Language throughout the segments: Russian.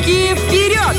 Руки вперед!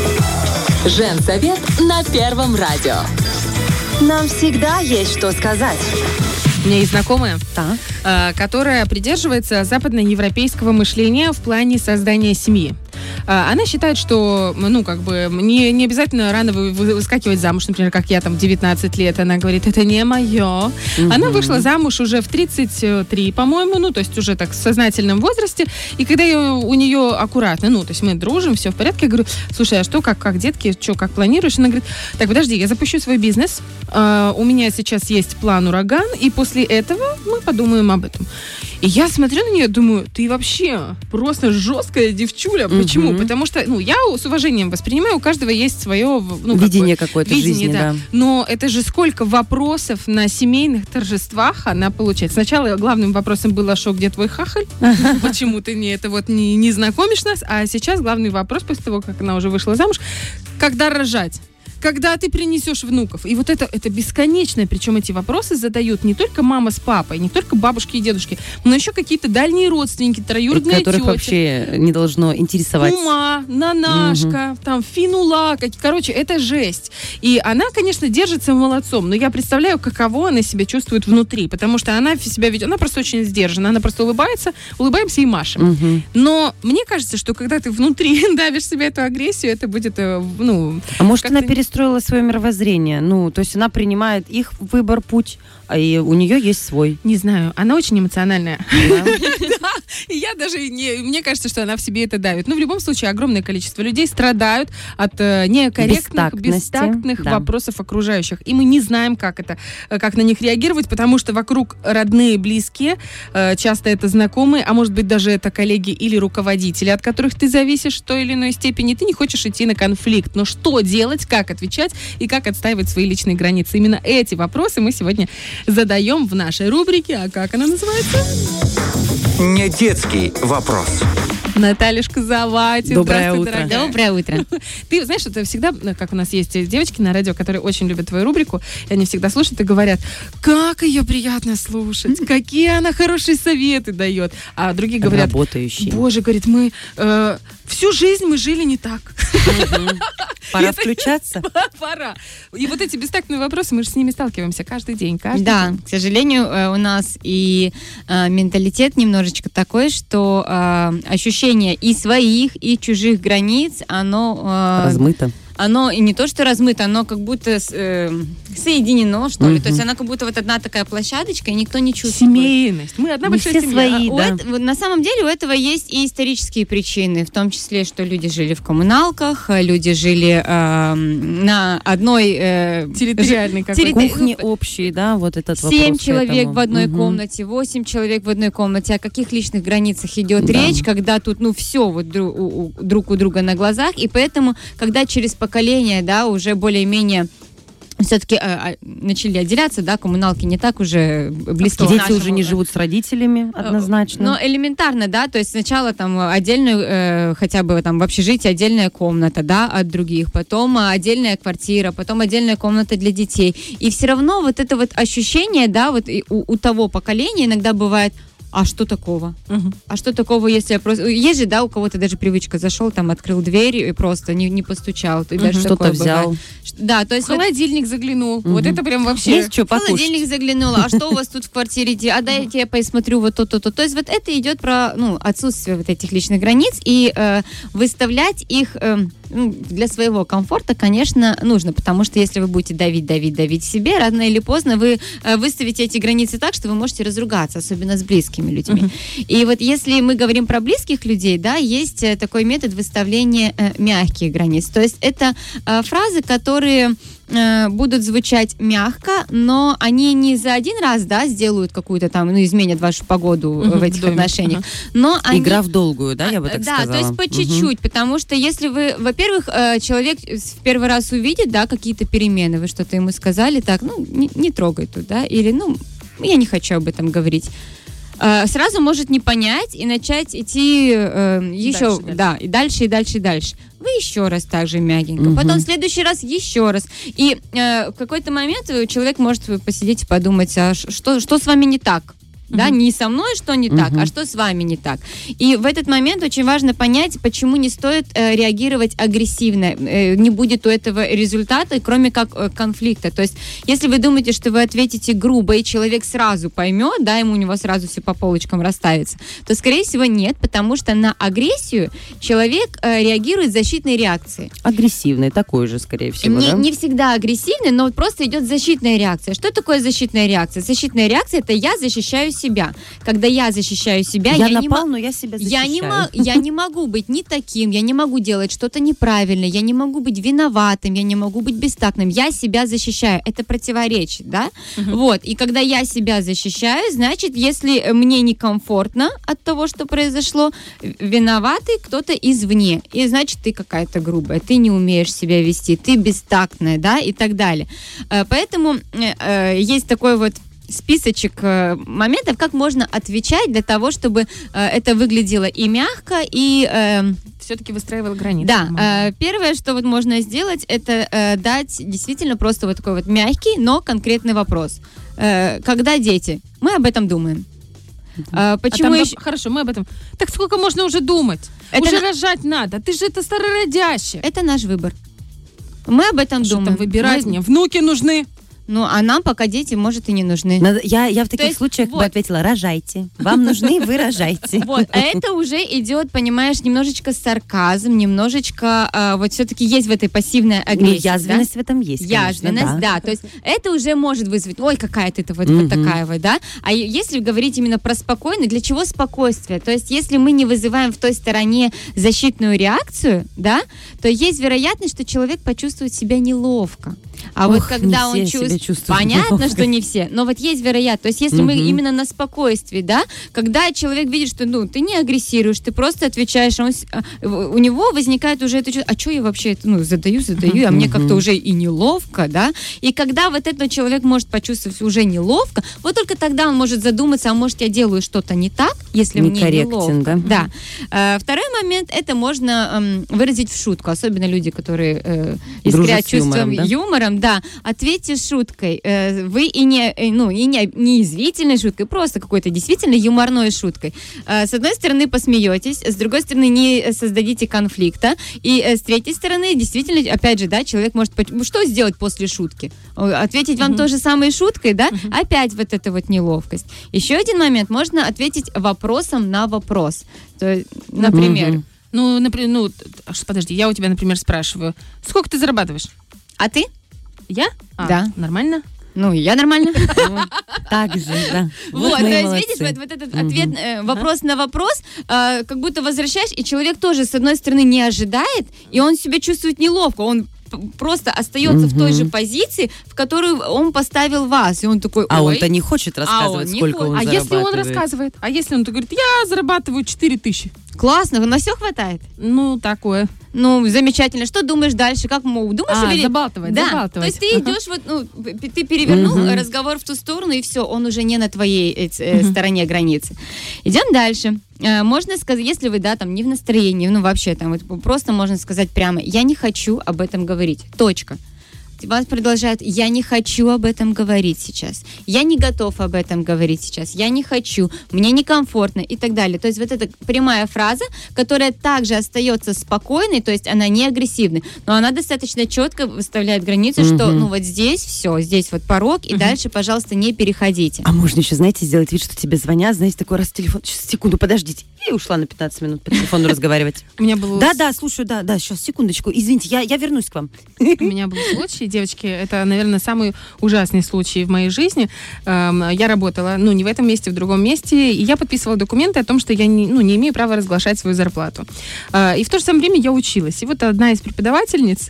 Женсовет на Первом радио. Нам всегда есть что сказать. У меня есть знакомая, которая придерживается западноевропейского мышления в плане создания семьи. Она считает, что, не обязательно рано выскакивать замуж, например, как я там в 19 лет. Она говорит, это не мое. Она вышла замуж уже в 33, по-моему, то есть уже так в сознательном возрасте. И когда у нее аккуратно, то есть мы дружим, все в порядке, я говорю, слушай, а что, как детки, как планируешь? Она говорит, так, подожди, я запущу свой бизнес, у меня сейчас есть план «Ураган», и после этого мы подумаем об этом. И я смотрю на нее, думаю, ты вообще просто жесткая девчуля. Почему? Потому что, я с уважением воспринимаю, у каждого есть свое... видение какое-то в жизни, да. Но это же сколько вопросов на семейных торжествах она получает. Сначала главным вопросом было, что где твой хахаль? Почему ты не знакомишь нас? А сейчас главный вопрос, после того, как она уже вышла замуж, когда рожать? Когда ты принесешь внуков. И вот это бесконечное, причем эти вопросы задают не только мама с папой, не только бабушки и дедушки, но еще какие-то дальние родственники, троюродные тети. Которых вообще не должно интересовать. Кума, нанашка, финула. Короче, это жесть. И она, конечно, держится молодцом, но я представляю, каково она себя чувствует внутри, потому что она себя ведет, она просто очень сдержана, она просто улыбаемся и машем. Но мне кажется, что когда ты внутри давишь себе эту агрессию, это будет, А может, она перестроила свое мировоззрение. То есть она принимает их выбор, путь, и у нее есть свой. Не знаю, она очень эмоциональная. И я даже мне кажется, что она в себе это давит. Но в любом случае огромное количество людей страдают от некорректных, бестактных вопросов окружающих. И мы не знаем, как на них реагировать, потому что вокруг родные, близкие, часто это знакомые, а может быть даже это коллеги или руководители, от которых ты зависишь в той или иной степени. Ты не хочешь идти на конфликт. Но что делать, как отвечать и как отстаивать свои личные границы? Именно эти вопросы мы сегодня задаем в нашей рубрике. А как она называется? Не детский вопрос. Натальюшка Завадьев. Доброе утро. Дорогая. Доброе утро. Ты знаешь, это всегда, как у нас есть девочки на радио, которые очень любят твою рубрику, и они всегда слушают и говорят, как ее приятно слушать, какие она хорошие советы дает. А другие говорят, работающие. Боже, говорит, мы всю жизнь мы жили не так. Пора включаться. Пора. И вот эти бестактные вопросы, мы же с ними сталкиваемся каждый день. Да, к сожалению, у нас и менталитет немножечко такой, что ощущение и своих, и чужих границ, оно... размыто. Оно и не то, что размыто, оно как будто соединено, что ли. То есть она как будто вот одна такая площадочка, и никто не чувствует. Семейность. Мы одна большая все семья. свои, да. На самом деле у этого есть и исторические причины, в том числе, что люди жили в коммуналках, люди жили на одной... территориальной какой-то. Кухни общие, да, вот этот вопрос. 7 человек в одной комнате, 8 человек в одной комнате. О каких личных границах идет речь, когда тут, все вот друг у друга на глазах, и поэтому, когда через поколение, да, уже более-менее все-таки начали отделяться, да, коммуналки не так уже близки. Дети уже не живут с родителями, однозначно. Но элементарно, да, то есть сначала там отдельную, хотя бы там в общежитии отдельная комната, да, от других, потом отдельная квартира, потом отдельная комната для детей. И все равно вот это вот ощущение, да, вот у того поколения иногда бывает, а что такого? А что такого, если я просто... Есть же, да, у кого-то даже привычка, зашел, там, открыл дверь и просто не постучал. И даже что-то взял. Бывает. Да, то есть... В холодильник заглянул. Вот это прям вообще... Есть что покушать. В холодильник заглянул. А что у вас тут в квартире? А дайте я посмотрю вот то-то. То есть вот это идет про отсутствие вот этих личных границ. И выставлять их для своего комфорта, конечно, нужно. Потому что если вы будете давить себе, рано или поздно вы выставите эти границы так, что вы можете разругаться, особенно с близкими людьми. И вот если мы говорим про близких людей, да, есть такой метод выставления мягких границ. То есть это фразы, которые будут звучать мягко, но они не за один раз, да, сделают какую-то там, изменят вашу погоду в этих отношениях. Но игра в долгую, да, я бы так сказала. Да, то есть по чуть-чуть, потому что если вы, во-первых, человек в первый раз увидит, да, какие-то перемены, вы что-то ему сказали, так, не трогай тут, да, или, я не хочу об этом говорить. Сразу может не понять и начать идти еще, дальше. Да, и дальше. Вы еще раз так же мягенько, потом в следующий раз еще раз. И в какой-то момент человек может посидеть и подумать, а что с вами не так? да, не со мной что не так, а что с вами не так. И в этот момент очень важно понять, почему не стоит реагировать агрессивно, не будет у этого результата, кроме как конфликта. То есть, если вы думаете, что вы ответите грубо, и человек сразу поймет, да, ему у него сразу все по полочкам расставится, то, скорее всего, нет, потому что на агрессию человек реагирует защитной реакцией. Агрессивный, такой же, скорее всего, да? Не всегда агрессивный, но вот просто идет защитная реакция. Что такое защитная реакция? Защитная реакция — это я защищаю себя. Когда я защищаю себя, я напал, но я себя защищаю. Я не могу быть не таким, я не могу делать что-то неправильно, я не могу быть виноватым, я не могу быть бестактным. Я себя защищаю. Это противоречит, да? Вот. И когда я себя защищаю, значит, если мне некомфортно от того, что произошло, виноватый кто-то извне. И значит, ты какая-то грубая, ты не умеешь себя вести, ты бестактная, да, и так далее. Поэтому есть такой вот списочек моментов, как можно отвечать для того, чтобы это выглядело и мягко, и все-таки выстраивал границы. Да, первое, что вот можно сделать, это дать действительно просто вот такой вот мягкий, но конкретный вопрос. Когда дети? Мы об этом думаем. Почему еще... Хорошо, мы об этом. Так сколько можно уже думать? Уже рожать надо. Ты же это старородящая. Это наш выбор. Мы об этом думаем. Что там выбирать? Мне внуки нужны. Ну, а нам пока дети, может, и не нужны. Я в таких случаях бы ответила: рожайте. Вам нужны, вы рожайте. Вот, а это уже идет, понимаешь, немножечко сарказм, немножечко, вот все-таки есть в этой пассивная агрессия. Ну, язвенность в этом есть, конечно. Язвенность, да. То есть это уже может вызвать, ой, какая ты вот такая вот, да. А если говорить именно про спокойно, для чего спокойствие? То есть если мы не вызываем в той стороне защитную реакцию, да, то есть вероятность, что человек почувствует себя неловко. А вот когда он чувствует... Понятно, неловко. Что не все, но вот есть вероятность. То есть если мы именно на спокойствии, да, когда человек видит, что, ну, ты не агрессируешь, ты просто отвечаешь, у него возникает уже это чувство, а что я вообще это, задаю, а мне как-то уже и неловко, да, и когда вот этот человек может почувствовать уже неловко, вот только тогда он может задуматься, а может я делаю что-то не так, если мне неловко. Да. Второй момент, это можно выразить в шутку, особенно люди, которые искрят чувством юмором, да, ответьте шуткой. Вы и не язвительной шуткой, просто какой-то действительно юморной шуткой. С одной стороны, посмеетесь, с другой стороны, не создадите конфликта, и с третьей стороны, действительно, опять же, да, человек может... Что сделать после шутки? Ответить вам то же самое шуткой, да? Опять вот эта вот неловкость. Еще один момент, можно ответить вопросом на вопрос. То, например... Подожди, я у тебя, например, спрашиваю, сколько ты зарабатываешь? А ты? Я? Да. Нормально? Ну, я нормально. Так же, да. Вот, то есть, видишь, вот этот ответ, вопрос на вопрос, как будто возвращаешь, и человек тоже, с одной стороны, не ожидает, и он себя чувствует неловко, он просто остается в той же позиции, в которую он поставил вас. И он такой, а он-то не хочет рассказывать, сколько он зарабатывает. А если он рассказывает? А если он говорит, я зарабатываю 4000? Классно, на все хватает? Ну, такое. Ну, замечательно. Что думаешь дальше? Как думаешь? Забалтывать, да. забалтывать. То есть ты идешь, ты перевернул разговор в ту сторону, и все, он уже не на твоей стороне границы. Идем дальше. Можно сказать, если вы, да, там, не в настроении, вообще, там, вот, просто можно сказать прямо, я не хочу об этом говорить. Точка. Вас продолжают, я не хочу об этом говорить сейчас, я не готов об этом говорить сейчас, я не хочу, мне некомфортно и так далее. То есть вот эта прямая фраза, которая также остается спокойной, то есть она не агрессивной, но она достаточно четко выставляет границу, что вот здесь все, здесь вот порог, и дальше, пожалуйста, не переходите. А можно еще, знаете, сделать вид, что тебе звонят, знаете, такой раз телефон, сейчас, секунду, подождите, и ушла на 15 минут по телефону разговаривать. У меня было... Да, слушаю, да, сейчас, секундочку, извините, я вернусь к вам. У меня был случай, девочки, это, наверное, самый ужасный случай в моей жизни. Я работала, не в этом месте, в другом месте, и я подписывала документы о том, что я не имею права разглашать свою зарплату. И в то же самое время я училась. И вот одна из преподавательниц,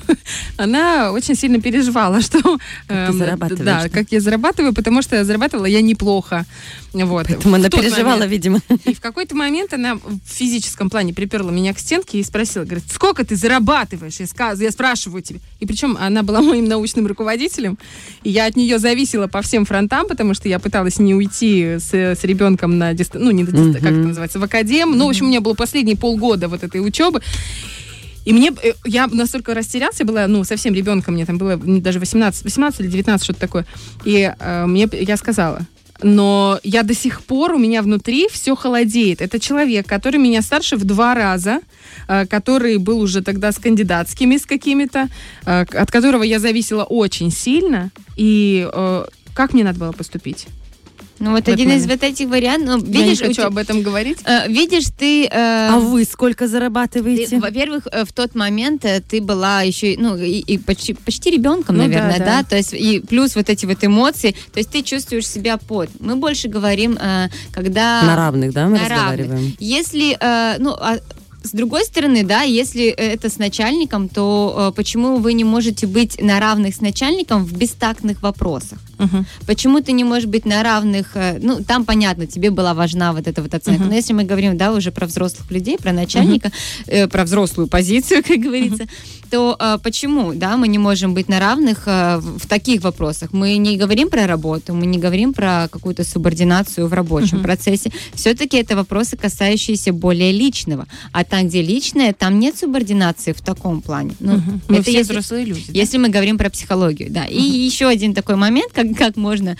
она очень сильно переживала, что... Как ты зарабатываешь. Да, как я зарабатываю, потому что зарабатывала я неплохо. Вот. Поэтому она переживала, видимо. И в какой-то момент она в физическом плане приперла меня к стенке и спросила, говорит, сколько ты зарабатываешь? Я спрашиваю тебя. И причем она была моим научным руководителем, и я от нее зависела по всем фронтам, потому что я пыталась не уйти с ребенком на как это называется, в академ. В общем, у меня было последние полгода вот этой учебы. И я настолько растерялась, я была, совсем ребенком, мне там было даже 18 или 19, что-то такое. И я сказала, но я до сих пор, у меня внутри все холодеет. Это человек, который меня старше в 2 раза, который был уже тогда с кандидатскими, с какими-то, от которого я зависела очень сильно. И как мне надо было поступить? Ну, вот один из вот этих вариантов. Я не хочу об этом говорить. Видишь, ты... А вы сколько зарабатываете? Во-первых, в тот момент ты была еще, и почти ребенком, наверное, да? То есть, и плюс вот эти вот эмоции, то есть ты чувствуешь себя под. Мы больше говорим, когда... На равных, да, мы разговариваем? Если, с другой стороны, да, если это с начальником, то почему вы не можете быть на равных с начальником в бестактных вопросах? Почему ты не можешь быть на равных, там понятно, тебе была важна вот эта вот оценка, но если мы говорим, да, уже про взрослых людей, про начальника, про взрослую позицию, как говорится, то почему, да, мы не можем быть на равных в таких вопросах? Мы не говорим про работу, мы не говорим про какую-то субординацию в рабочем процессе. Все-таки это вопросы, касающиеся более личного. А там, где личное, там нет субординации в таком плане. Мы все взрослые люди. Если мы говорим про психологию, да. И еще один такой момент, как можно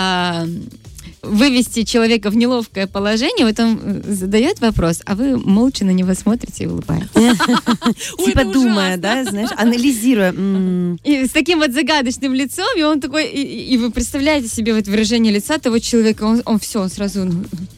вывести человека в неловкое положение, вот он задает вопрос, а вы молча на него смотрите и улыбаетесь. Типа думая, да, знаешь, анализируя. И с таким вот загадочным лицом, и он такой, и вы представляете себе вот выражение лица того человека, он сразу...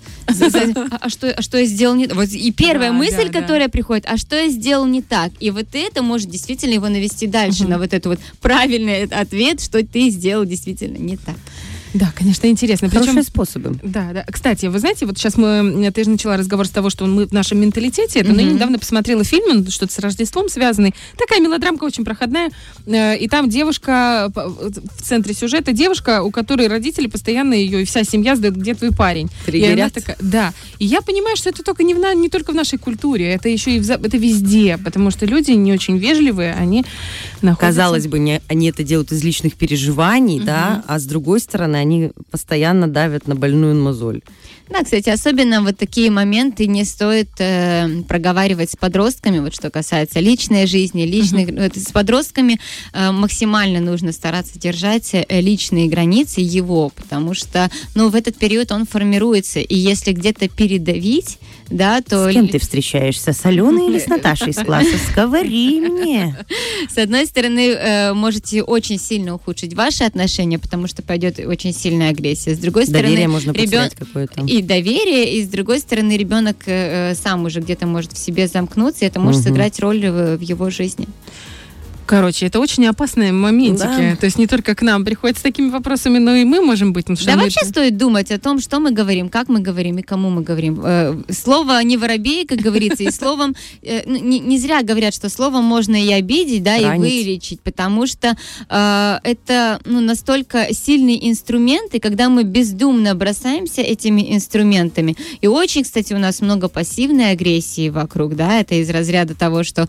А что я сделал не так? Вот и первая мысль, которая приходит, а что я сделал не так? И вот это может действительно его навести дальше на вот это вот правильный ответ, что ты сделал действительно не так. Да, конечно, интересно. Хорошие способы. Да. Кстати, вы знаете, вот сейчас ты же начала разговор с того, что мы в нашем менталитете, но я недавно посмотрела фильм, что-то с Рождеством связанный. Такая мелодрамка очень проходная. И там девушка, в центре сюжета, девушка, у которой родители постоянно ее и вся семья задают, где твой парень. Триггерят. И она такая, да. И я понимаю, что это только не только в нашей культуре, это еще и это везде, потому что люди не очень вежливые, они находятся... Казалось бы, они это делают из личных переживаний, да, а с другой стороны, они постоянно давят на больную мозоль. Да, кстати, особенно вот такие моменты не стоит проговаривать с подростками, вот что касается личной жизни, с подростками максимально нужно стараться держать личные границы его, потому что, в этот период он формируется, и если где-то передавить, да, то... С кем ты встречаешься? С Аленой или с Наташей из класса? Говори мне. С одной стороны, можете очень сильно ухудшить ваши отношения, потому что пойдет очень сильная агрессия. С другой стороны... Доверие можно потерять какое-то. И доверие, и с другой стороны, ребенок сам уже где-то может в себе замкнуться, и это может сыграть роль в его жизни. Короче, это очень опасные моментики. Да. То есть не только к нам приходят с такими вопросами, но и мы можем быть. Да, вообще стоит думать о том, что мы говорим, как мы говорим и кому мы говорим. Слово не воробей, как говорится, и словом... Не зря говорят, что словом можно и обидеть, да, и вылечить, потому что это настолько сильные инструменты, когда мы бездумно бросаемся этими инструментами. И очень, кстати, у нас много пассивной агрессии вокруг, да, это из разряда того, что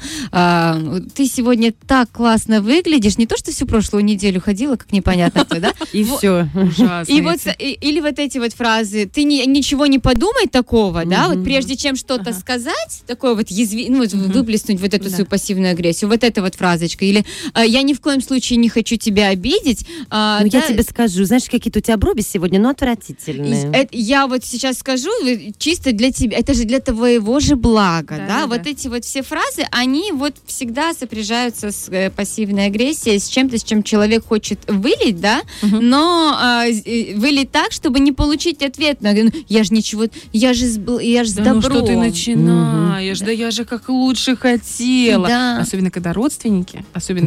ты сегодня так классно выглядишь, не то, что всю прошлую неделю ходила, как непонятно кто, да? И все. И вот, или вот эти вот фразы, ты ничего не подумай такого, да, вот прежде чем что-то сказать, такое вот выплеснуть вот эту свою пассивную агрессию, вот эта вот фразочка, или я ни в коем случае не хочу тебя обидеть. Я тебе скажу, знаешь, какие-то у тебя брови сегодня, отвратительные. Я вот сейчас скажу, чисто для тебя, это же для твоего же блага, да? Вот эти вот все фразы, они вот всегда сопряжаются с пассивной агрессией, с чем-то, с чем человек хочет вылить, да, но вылить так, чтобы не получить ответ. Я же ничего, я же с добром. Ну что ты начинаешь? Да я же как лучше хотела. Да. Особенно когда родственники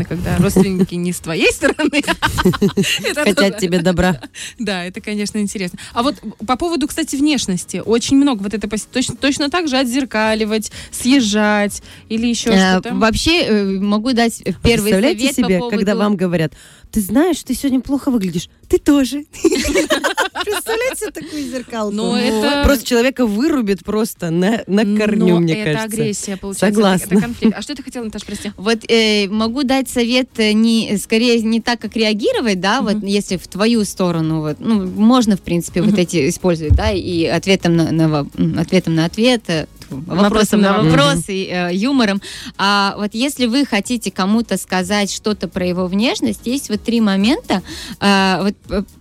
не с твоей стороны. Хотят тебе добра. Да, это, конечно, интересно. А вот по поводу, кстати, внешности. Очень много вот это точно так же отзеркаливать, съезжать или еще что-то. Вообще могу дать первый совет. Представляете себе, когда вам говорят, ты знаешь, ты сегодня плохо выглядишь. Ты тоже. Представляете такую зеркалку? Просто человека вырубит просто на корню, мне кажется. Это агрессия, получается. Согласна. Это конфликт. А что ты хотела, Наташа, прости? Вот могу дать совет скорее не так, как реагировать, да, вот если в твою сторону, можно, в принципе, вот эти использовать, да, и ответом на ответ, вопросом на вопрос и юмором. А вот если вы хотите кому-то сказать что-то про его внешность, есть вот 3 момента.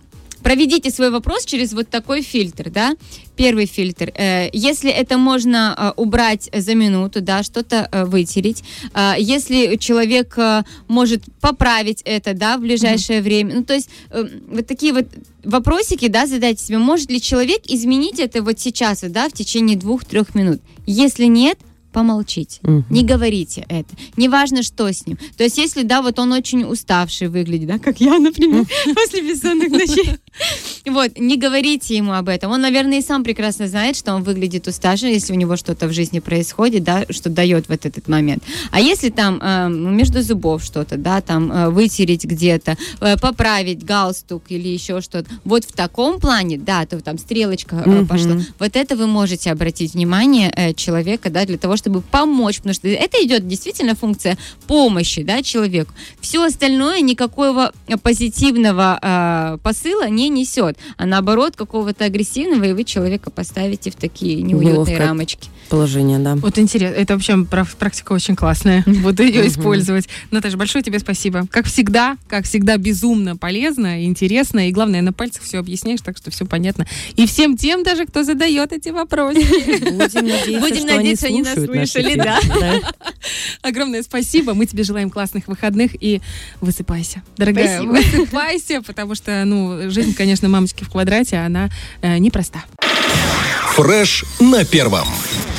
проведите свой вопрос через вот такой фильтр, да. Первый фильтр. Если это можно убрать за минуту, да, что-то вытереть. Если человек может поправить это, да, в ближайшее время. Ну, то есть вот такие вот вопросики, да, задайте себе. Может ли человек изменить это вот сейчас, да, в течение 2-3 минут? Если нет, помолчите, не говорите это. Неважно, что с ним. То есть, если, да, вот он очень уставший выглядит, да, как я, например, после бессонных ночей, вот, не говорите ему об этом. Он, наверное, и сам прекрасно знает, что он выглядит уставшим, если у него что-то в жизни происходит, да, что дает вот этот момент. А если там между зубов что-то, да, там вытереть где-то, поправить галстук или еще что-то, вот в таком плане, да, то там стрелочка пошла, вот это вы можете обратить внимание человека, да, для того, чтобы помочь, потому что это идет действительно функция помощи, да, человеку. Все остальное никакого позитивного посыла не несет, а наоборот какого-то агрессивного, и вы человека поставите в такие неуютные рамочки. Положение, да. Вот интересно, это вообще практика очень классная, буду ее использовать. Наташа, большое тебе спасибо. Как всегда, безумно полезно, интересно, и главное, на пальцах все объясняешь, так что все понятно. И всем тем даже, кто задает эти вопросы. Будем надеяться, они нас слышали, да. Огромное спасибо. Мы тебе желаем классных выходных и высыпайся, дорогая. Высыпайся, потому что, жизнь, конечно, мамочки в квадрате, она непроста. Фреш на первом.